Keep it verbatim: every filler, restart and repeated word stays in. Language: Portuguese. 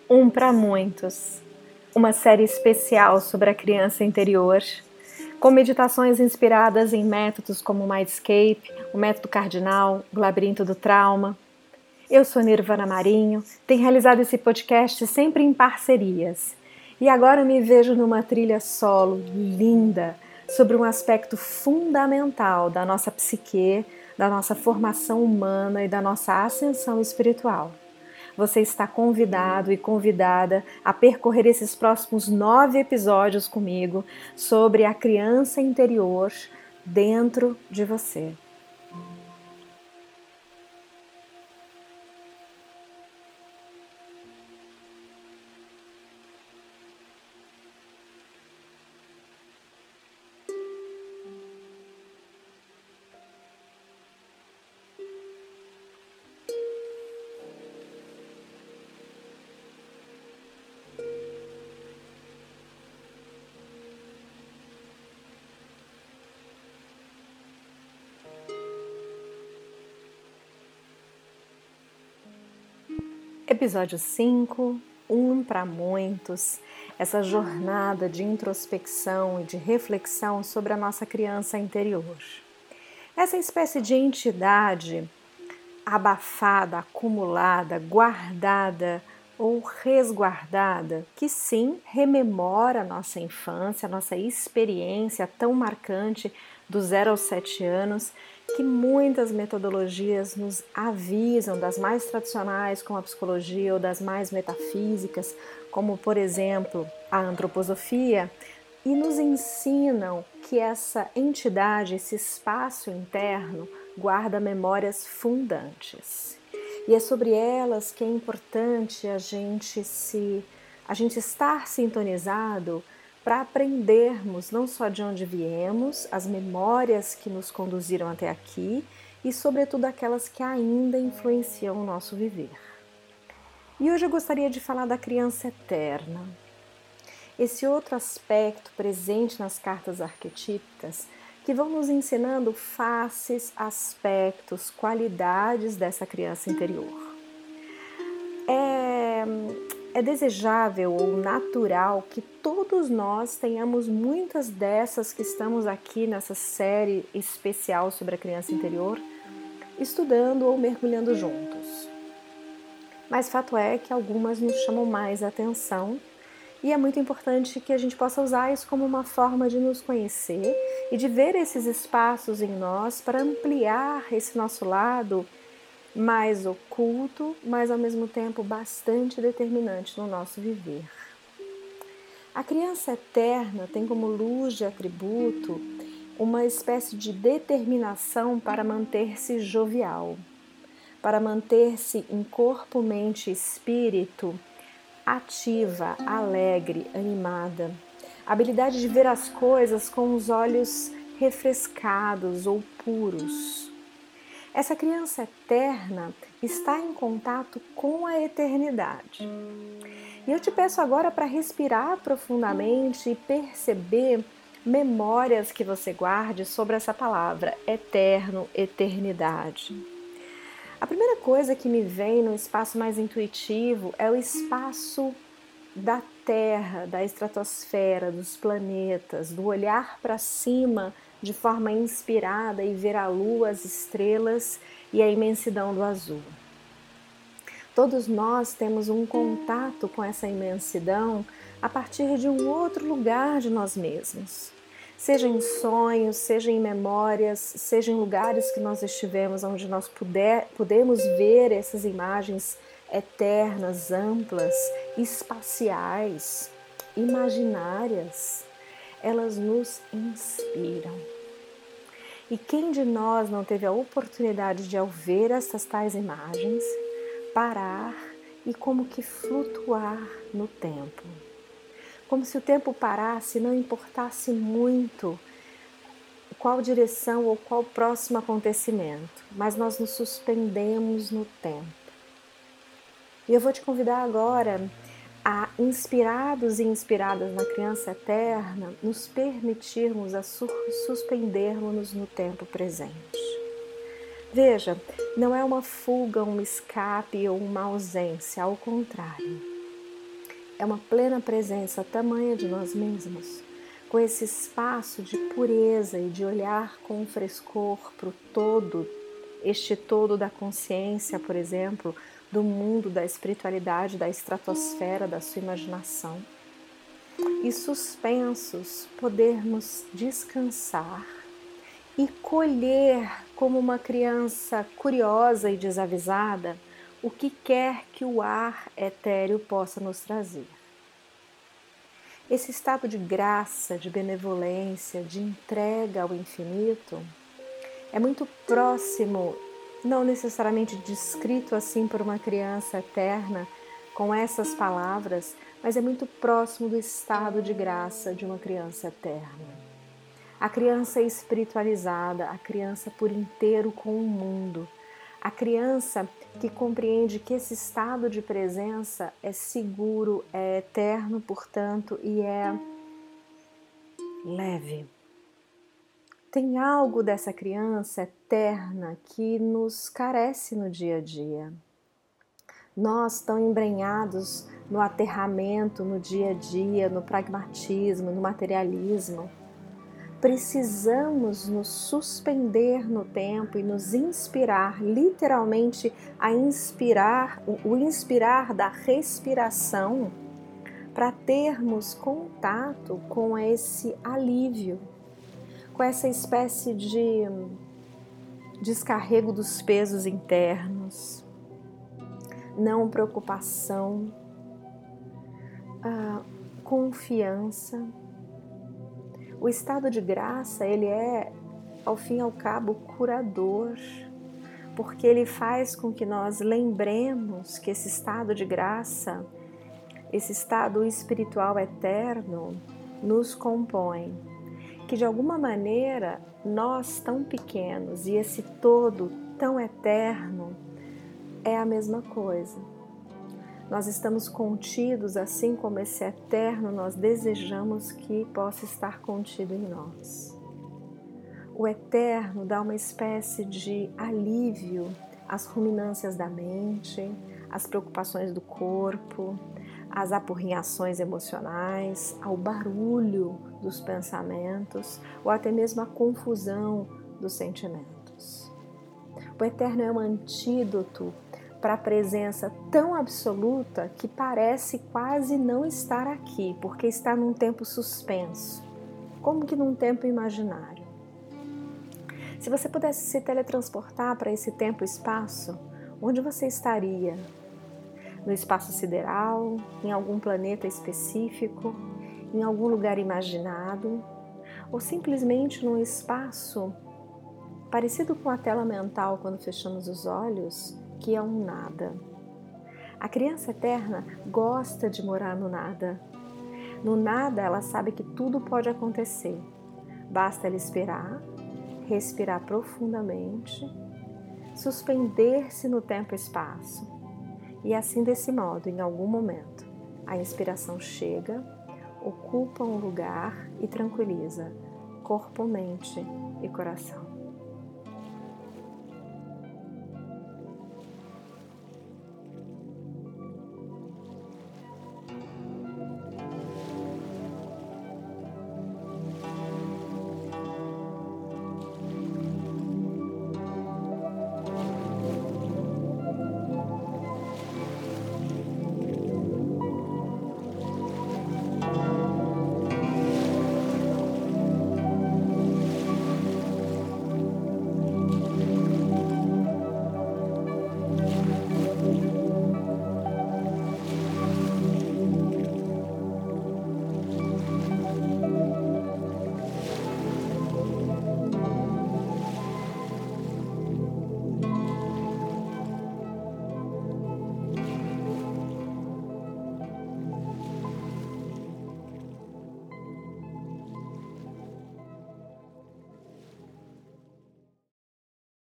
Um para muitos, uma série especial sobre a criança interior, com meditações inspiradas em métodos como o Mindscape, o método cardinal, o labirinto do trauma. Eu sou Nirvana Marinho, tenho realizado esse podcast sempre em parcerias. E agora me vejo numa trilha solo linda sobre um aspecto fundamental da nossa psique, da nossa formação humana e da nossa ascensão espiritual. Você está convidado e convidada a percorrer esses próximos nove episódios comigo sobre a criança interior dentro de você. Episódio cinco, um para muitos, essa jornada de introspecção e de reflexão sobre a nossa criança interior. Essa espécie de entidade abafada, acumulada, guardada ou resguardada, que sim, rememora a nossa infância, a nossa experiência tão marcante do zero aos sete anos, que muitas metodologias nos avisam, das mais tradicionais, como a psicologia, ou das mais metafísicas, como, por exemplo, a antroposofia, e nos ensinam que essa entidade, esse espaço interno, guarda memórias fundantes. E é sobre elas que é importante a gente se a gente estar sintonizado para aprendermos não só de onde viemos, as memórias que nos conduziram até aqui e sobretudo aquelas que ainda influenciam o nosso viver. E hoje eu gostaria de falar da criança eterna. Esse outro aspecto presente nas cartas arquetípicas que vão nos ensinando faces, aspectos, qualidades dessa criança interior. É, é desejável ou natural que todos nós tenhamos muitas dessas que estamos aqui nessa série especial sobre a criança interior, estudando ou mergulhando juntos. Mas fato é que algumas nos chamam mais atenção. E é muito importante que a gente possa usar isso como uma forma de nos conhecer e de ver esses espaços em nós para ampliar esse nosso lado mais oculto, mas ao mesmo tempo bastante determinante no nosso viver. A criança eterna tem como luz de atributo uma espécie de determinação para manter-se jovial, para manter-se em corpo, mente e espírito ativa, alegre, animada. A habilidade de ver as coisas com os olhos refrescados ou puros. Essa criança eterna está em contato com a eternidade. E eu te peço agora para respirar profundamente e perceber memórias que você guarde sobre essa palavra, eterno, eternidade. A primeira coisa que me vem no espaço mais intuitivo é o espaço da Terra, da estratosfera, dos planetas, do olhar para cima de forma inspirada e ver a lua, as estrelas e a imensidão do azul. Todos nós temos um contato com essa imensidão a partir de um outro lugar de nós mesmos. Seja em sonhos, seja em memórias, seja em lugares que nós estivemos onde nós puder, podemos ver essas imagens eternas, amplas, espaciais, imaginárias. Elas nos inspiram. E quem de nós não teve a oportunidade de, ao ver essas tais imagens, parar e como que flutuar no tempo? Como se o tempo parasse e não importasse muito qual direção ou qual próximo acontecimento, mas nós nos suspendemos no tempo. E eu vou te convidar agora a, inspirados e inspiradas na criança eterna, nos permitirmos a suspendermos-nos no tempo presente. Veja, não é uma fuga, um escape ou uma ausência, ao contrário. é uma plena presença tamanha de nós mesmos, com esse espaço de pureza e de olhar com frescor para o todo, este todo da consciência, por exemplo, do mundo, da espiritualidade, da estratosfera, da sua imaginação. E suspensos, podermos descansar e colher como uma criança curiosa e desavisada o que quer que o ar etéreo possa nos trazer. Esse estado de graça, de benevolência, de entrega ao infinito é muito próximo, não necessariamente descrito assim por uma criança eterna com essas palavras, mas é muito próximo do estado de graça de uma criança eterna. A criança espiritualizada, a criança por inteiro com o mundo, a criança que compreende que esse estado de presença é seguro, é eterno, portanto, e é leve. Tem algo dessa criança eterna que nos carece no dia a dia. Nós, tão embrenhados no aterramento, no dia a dia, no pragmatismo, no materialismo, precisamos nos suspender no tempo e nos inspirar, literalmente a inspirar, o inspirar da respiração, para termos contato com esse alívio, com essa espécie de descarrego dos pesos internos, não preocupação, ah, confiança. O estado de graça, ele é, ao fim e ao cabo, curador, porque ele faz com que nós lembremos que esse estado de graça, esse estado espiritual eterno, nos compõe, que de alguma maneira nós tão pequenos e esse todo tão eterno é a mesma coisa. Nós estamos contidos, assim como esse eterno nós desejamos que possa estar contido em nós. O eterno dá uma espécie de alívio às ruminâncias da mente, às preocupações do corpo, às apurrinhações emocionais, ao barulho dos pensamentos ou até mesmo à confusão dos sentimentos. O eterno é um antídoto para a presença tão absoluta que parece quase não estar aqui, porque está num tempo suspenso, como que num tempo imaginário. Se você pudesse se teletransportar para esse tempo e espaço, onde você estaria? No espaço sideral, em algum planeta específico, em algum lugar imaginado, ou simplesmente num espaço parecido com a tela mental quando fechamos os olhos, que é um nada. A criança eterna gosta de morar no nada. No nada, ela sabe que tudo pode acontecer. Basta ela esperar, respirar profundamente, suspender-se no tempo e espaço. E assim, desse modo, em algum momento, a inspiração chega, ocupa um lugar e tranquiliza corpo, mente e coração.